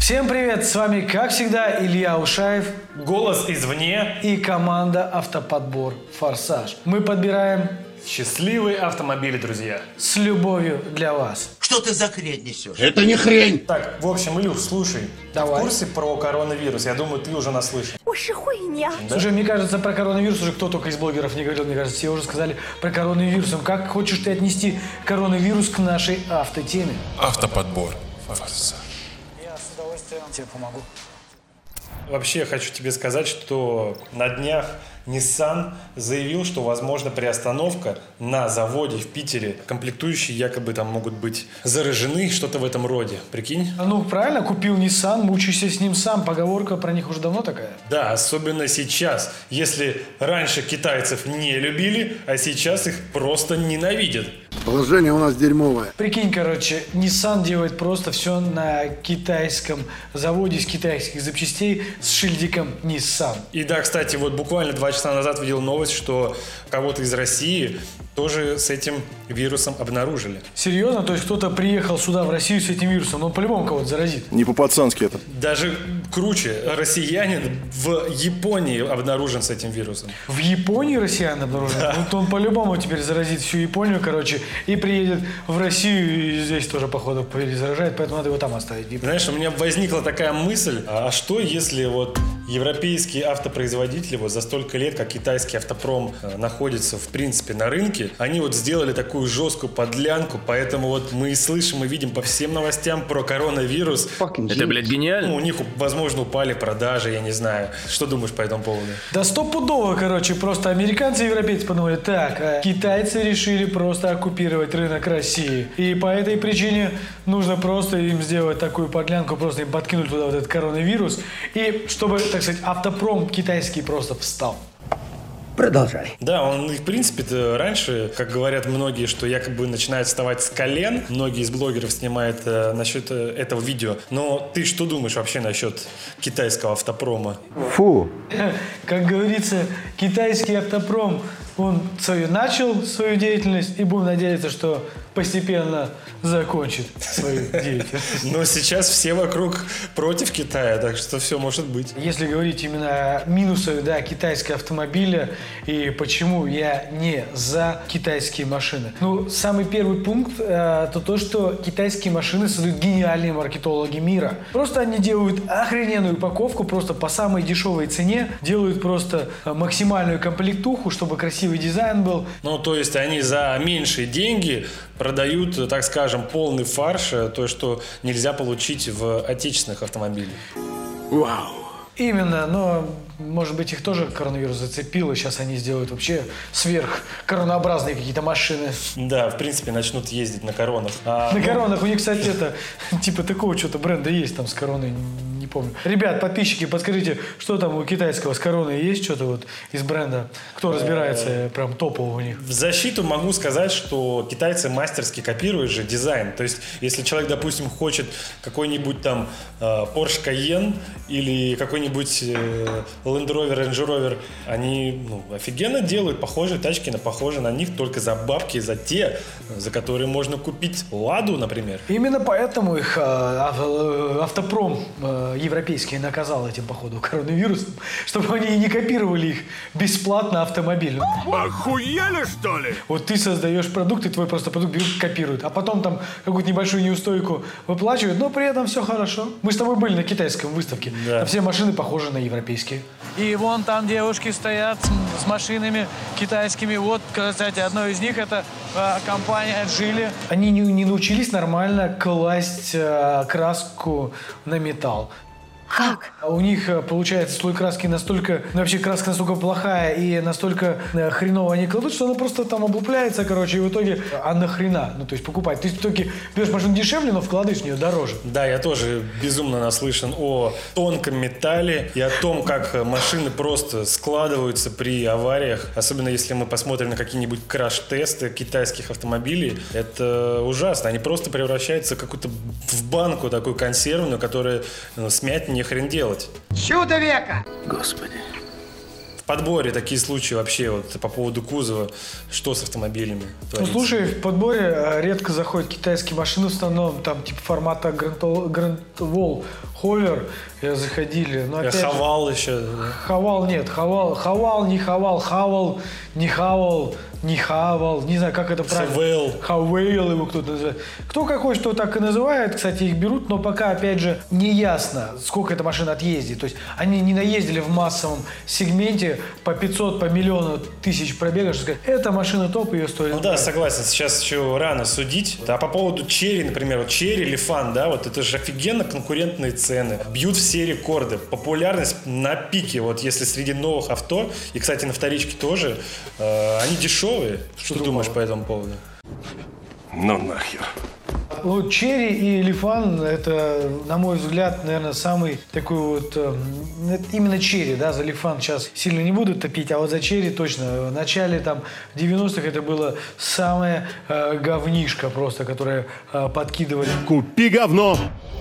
Всем привет, с вами, как всегда, Илья Ушаев. Голос извне. И команда «Автоподбор Форсаж». Мы подбираем счастливые автомобили, друзья. С любовью для вас. Что ты за хрень несешь? Это не хрень. Так, в общем, Илюш, слушай. Давай. В курсе про коронавирус? Я думаю, ты уже наслышан. Ой, хуйня. Да? Слушай, мне кажется, про коронавирус уже кто только из блогеров не говорил. Мне кажется, все уже сказали про коронавирус. Как хочешь ты отнести коронавирус к нашей автотеме? Автоподбор Форсаж. Я с удовольствием тебе помогу. Вообще, я хочу тебе сказать, что на днях Nissan заявил, что возможна приостановка на заводе в Питере. Комплектующие якобы там могут быть заражены, что-то в этом роде. Прикинь? Ну, правильно, купил Nissan, мучайся с ним сам. Поговорка про них уже давно такая. Да, особенно сейчас. Если раньше китайцев не любили, а сейчас их просто ненавидят. Положение у нас дерьмовое. Прикинь, короче, Nissan делает просто все на китайском заводе из китайских запчастей с шильдиком Nissan. И да, кстати, вот буквально 2 часа назад видел новость, что кого-то из России тоже с этим вирусом обнаружили. Серьезно? То есть кто-то приехал сюда, в Россию, с этим вирусом? Он по-любому кого-то заразит. Не по-пацански это. Даже круче. Россиянин в Японии обнаружен с этим вирусом. В Японии россиян обнаружен? Да. Вот он по-любому теперь заразит всю Японию, короче, и приедет в Россию, и здесь тоже, походу, заражает, поэтому надо его там оставить. Знаешь, у меня возникла такая мысль, а что если вот европейские автопроизводители вот за столько лет, как китайский автопром находится, в принципе, на рынке, они вот сделали такую жесткую подлянку, поэтому вот мы и слышим, и видим по всем новостям про коронавирус. Это, блядь, гениально. Ну, у них, возможно, упали продажи, я не знаю. Что думаешь по этому поводу? Да стопудово, короче, просто американцы и европейцы подумали, так, а китайцы решили просто оккупировать рынок России. И по этой причине нужно просто им сделать такую подлянку, просто им подкинуть туда вот этот коронавирус, и чтобы, так сказать, автопром китайский просто встал. Продолжай. Да, он, в принципе-то, раньше, как говорят многие, что якобы начинает вставать с колен. Многие из блогеров снимают насчет этого видео. Но ты что думаешь вообще насчет китайского автопрома? Фу. Как говорится, китайский автопром, он начал свою деятельность, и будем надеяться, что постепенно закончит свою деятельность. Но сейчас все вокруг против Китая, так что все может быть. Если говорить именно минусы, да, китайского автомобиля и почему я не за китайские машины. Ну, самый первый пункт это то, что китайские машины создают гениальные маркетологи мира. Просто они делают охрененную упаковку, просто по самой дешевой цене, делают просто максимальную комплектуху, чтобы красивый дизайн был. Ну, то есть они за меньшие деньги продают, так скажем, полный фарш, то, что нельзя получить в отечественных автомобилях. Вау. Именно, но, может быть, их тоже коронавирус зацепил, и сейчас они сделают вообще сверхкоронообразные какие-то машины. Да, в принципе, начнут ездить на коронах. На коронах у них, кстати, типа такого что-то бренда есть там с короной, не помню. Ребят, подписчики, подскажите, что там у китайского с короной есть что-то вот из бренда? Кто разбирается прям топово у них? В защиту могу сказать, что китайцы мастерски копируют же дизайн. То есть, если человек, допустим, хочет какой-нибудь там Porsche Cayenne или какой-нибудь Land Rover, Range Rover, они офигенно делают похожие тачки похожие на них, только за бабки, за те, за которые можно купить Ладу, например. Именно поэтому их автопром европейский наказал этим, походу, коронавирусом, чтобы они не копировали их бесплатно автомобиль. Охуели, что ли? Вот ты создаешь продукт, и твой просто продукт берут, копируют, а потом там какую-то небольшую неустойку выплачивают, но при этом все хорошо. Мы с тобой были на китайской выставке, да. Все машины похожи на европейские. И вон там девушки стоят с машинами китайскими. Вот, кстати, одной из них это компания Geely. Они не научились нормально класть краску на металл. Как? У них, получается, слой краски настолько... вообще краска настолько плохая и настолько хреново они кладут, что она просто там облупляется, короче, и в итоге... А нахрена? Ну, то есть покупать. Ты в итоге берешь машину дешевле, но вкладываешь в нее дороже. Да, я тоже безумно наслышан о тонком металле и о том, как машины просто складываются при авариях. Особенно если мы посмотрим на какие-нибудь краш-тесты китайских автомобилей. Это ужасно. Они просто превращаются в какую-то в банку такую консервную, которая смять не хрен делать. Чудо века! Господи. подборе такие случаи вообще вот по поводу кузова, что с автомобилями творится? Ну, слушай, в подборе редко заходят китайские машины, в основном там типа формата Grand Wall Hover заходили. Но, опять Хавал еще. Хавал нет, Хавал, не Хавал, не знаю, как это правильно. Хавейл его кто-то называет. Кто какой, что так и называет, кстати, их берут, но пока, опять же, не ясно, сколько эта машина отъездит. То есть они не наездили в массовом сегменте по 500, по миллиону тысяч пробегов, что сказать, эта машина топ, ее стоит. Ну да, согласен, сейчас еще рано судить. А по поводу Chery, например, вот Chery или Fan, да, вот это же офигенно конкурентные цены. Бьют все рекорды. Популярность на пике. Вот если среди новых авто, и, кстати, на вторичке тоже, они дешевые. Что ты думаешь по этому поводу? Ну нахер. Вот Chery и Lifan, это, на мой взгляд, наверное, самый такой вот... именно Chery, да, за Lifan сейчас сильно не будут топить, а вот за Chery точно. В начале там 90-х это было самое говнишко просто, которое подкидывали. Купи говно!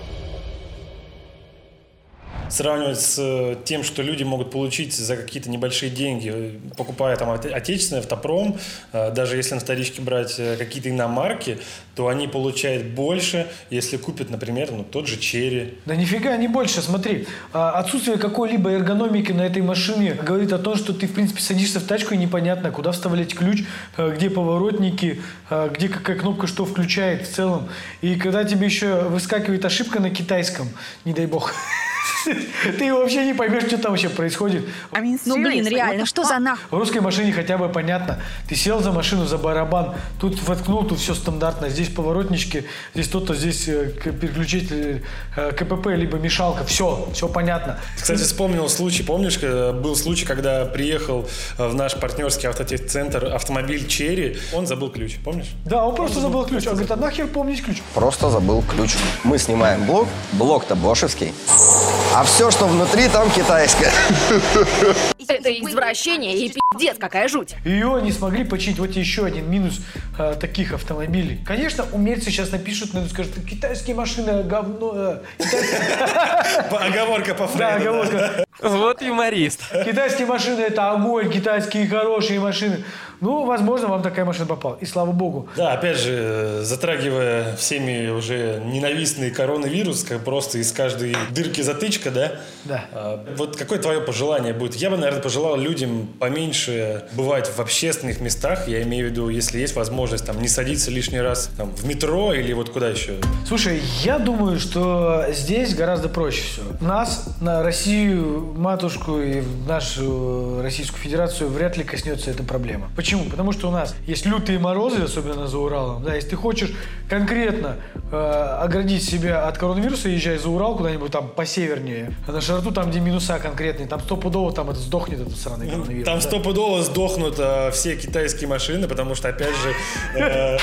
Сравнивать с тем, что люди могут получить за какие-то небольшие деньги, покупая там отечественный автопром, даже если на вторичке брать какие-то иномарки, то они получают больше, если купят, например, тот же Chery. Да нифига не больше, смотри. Отсутствие какой-либо эргономики на этой машине говорит о том, что ты, в принципе, садишься в тачку и непонятно, куда вставлять ключ, где поворотники, где какая кнопка что включает в целом. И когда тебе еще выскакивает ошибка на китайском, не дай бог, ты вообще не поймешь, что там вообще происходит. Ну, блин, реально, что за нах? В русской машине хотя бы понятно. Ты сел за машину, за барабан, тут воткнул, тут все стандартно. Здесь поворотнички, здесь то-то, здесь переключитель КПП, либо мешалка. Все понятно. Кстати, вспомнил случай. Помнишь, был случай, когда приехал в наш партнерский автотехцентр автомобиль Chery, он забыл ключ, помнишь? Да, он просто забыл ключ. Он говорит, а нахер помнить ключ? Просто забыл ключ. Мы снимаем блок, блок-то бошевский, а все, что внутри, там китайское. Это извращение и пиздец, какая жуть. Ее не смогли починить. Вот еще один минус таких автомобилей. Конечно, умельцы сейчас напишут, скажут, китайские машины говно. Оговорка по Фрейду. Да, оговорка. Вот юморист. Китайские машины это огонь, китайские хорошие машины. Ну, возможно, вам такая машина попала. И слава богу. Да, опять же, затрагивая всеми уже ненавистный коронавирус, как просто из каждой дырки затычка, да? Да. Вот какое твое пожелание будет? Я бы, наверное, пожелал людям поменьше бывать в общественных местах. Я имею в виду, если есть возможность там не садиться лишний раз там, в метро или вот куда еще. Слушай, я думаю, что здесь гораздо проще все. Нас, на Россию, матушку и в нашу Российскую Федерацию вряд ли коснется эта проблема. Почему? Потому что у нас есть лютые морозы, особенно за Уралом. Да, если ты хочешь конкретно оградить себя от коронавируса, езжай за Урал куда-нибудь там посевернее. А на широту там, где минуса конкретные, там стопудово там это сдохнет, этот сраный коронавирус. Там да? Стопудово сдохнут все китайские машины, потому что, опять же,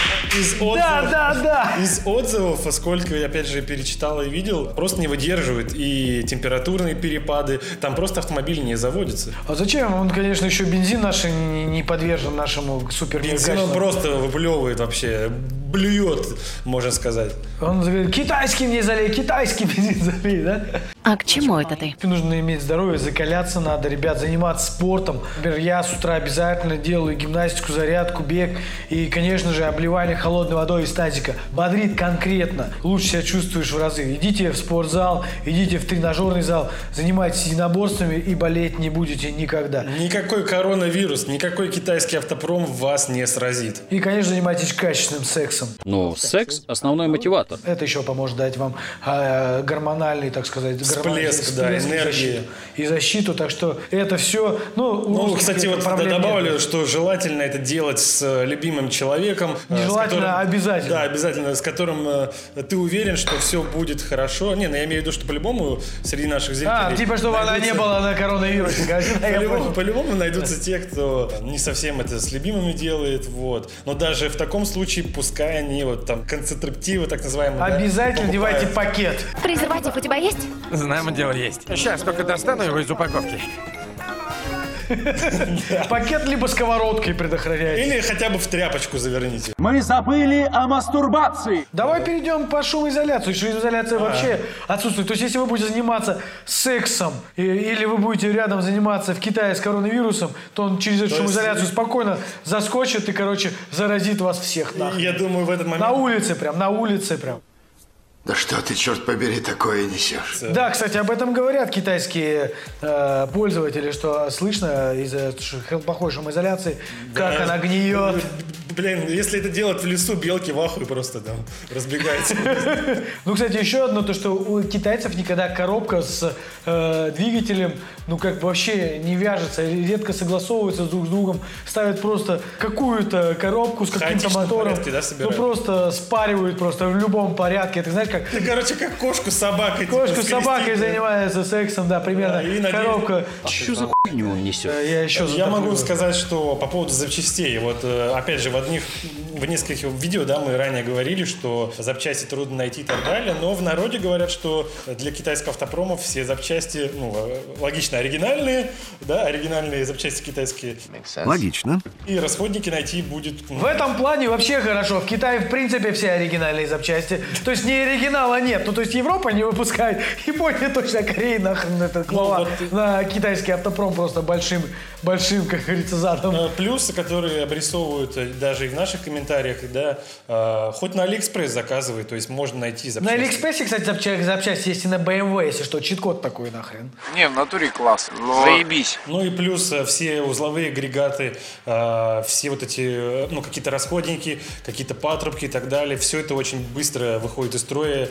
из отзывов, сколько, опять же, перечитал и видел, просто не выдерживают и температурные перепады, там просто автомобиль не заводится. А зачем? Он, конечно, еще бензин наш не подвержен нашему супер. Бензин он просто выплевывает вообще, блюет, можно сказать. Он говорит, китайский мне залей, китайский бензин залей, да? А к чему это ты? Нужно иметь здоровье, закаляться надо, ребят, заниматься спортом. Например, я с утра обязательно делаю гимнастику, зарядку, бег и, конечно же, обливание холодной водой из тазика. Бодрит конкретно, лучше себя чувствуешь в разы. Идите в спортзал, идите в тренажерный зал, занимайтесь единоборствами и болеть не будете никогда. Никакой коронавирус, никакой китайский автопром вас не сразит. И, конечно, занимайтесь качественным сексом. Ну, секс – основной мотиватор. Это еще поможет дать вам гормональный, так сказать, всплеск, да, энергии. И защиту, так что это все, кстати, вот добавлю, нет. Что желательно это делать с любимым человеком. Нежелательно, обязательно. Да, обязательно, с которым ты уверен, что все будет хорошо. Не, я имею в виду, что по-любому среди наших зрителей... типа, чтобы она не была на коронавирусе. По-любому найдутся те, кто не совсем это с любимыми делает, вот. Но даже в таком случае, пускай они вот там концентративы, так называемые, обязательно одевайте пакет. Презерватив у тебя есть? Знамо дело есть. Сейчас только достану его из упаковки. Пакет либо сковородкой предохраняйте. Или хотя бы в тряпочку заверните. Мы забыли о мастурбации. Давай перейдем по шумоизоляции. Шумоизоляция вообще отсутствует. То есть, если вы будете заниматься сексом или вы будете рядом заниматься в Китае с коронавирусом, то он через эту шумоизоляцию спокойно заскочит и, короче, заразит вас всех нахуй. Я думаю, в этот момент... На улице прям. Да что ты, черт побери, такое несешь? Да, кстати, об этом говорят китайские пользователи, что слышно из-за плохой шумоизоляции, как она гниет. Блин, если это делать в лесу, белки в ахуе просто там разбегаются. Ну, кстати, еще одно, то, что у китайцев никогда коробка с двигателем, ну, как бы вообще не вяжется, редко согласовываются друг с другом, ставят просто какую-то коробку с каким-то мотором, порядке, да, ну, просто спаривают просто в любом порядке. Ты знаешь, как... Ты, короче, как кошку с собакой. Кошку типа, с собакой скрестить, занимается сексом, да, примерно. Да, и коробка. Что за хуйню он несет? Я могу сказать, что по поводу запчастей, вот опять же, в нескольких видео, да, мы ранее говорили, что запчасти трудно найти и так далее, но в народе говорят, что для китайского автопрома все запчасти, ну, логично, оригинальные, да, оригинальные запчасти китайские. Логично. И расходники найти будет... В этом плане вообще хорошо. В Китае, в принципе, все оригинальные запчасти. То есть, не оригинала нет. Ну, то есть, Европа не выпускает. Япония точно, Корея нахрен это клала на китайский автопром просто большим, как говорится, задом. Плюсы, которые обрисовывают даже и в наших комментариях, да, хоть на Алиэкспресс заказывай, то есть можно найти запчасти. На Алиэкспрессе, кстати, запчасти есть и на BMW, если что, чит-код такой нахрен. Не, в натуре класс. Заебись. Ну и плюс все узловые агрегаты, все вот эти, ну, какие-то расходники, какие-то патрубки и так далее, все это очень быстро выходит из строя,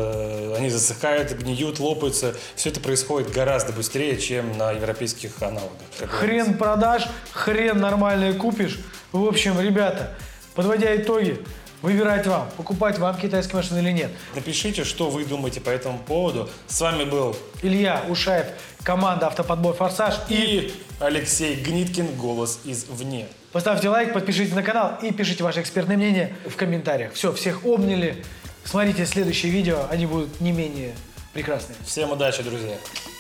они засыхают, гниют, лопаются. Все это происходит гораздо быстрее, чем на европейских аналогах. Хрен продашь, хрен нормальный купишь. В общем, ребята, подводя итоги, выбирать вам, покупать вам китайские машины или нет. Напишите, что вы думаете по этому поводу. С вами был Илья Ушаев, команда «Автоподбор Форсаж» и Алексей Гниткин, голос извне. Поставьте лайк, подпишитесь на канал и пишите ваше экспертное мнение в комментариях. Все, всех обняли. Смотрите следующие видео, они будут не менее прекрасные. Всем удачи, друзья.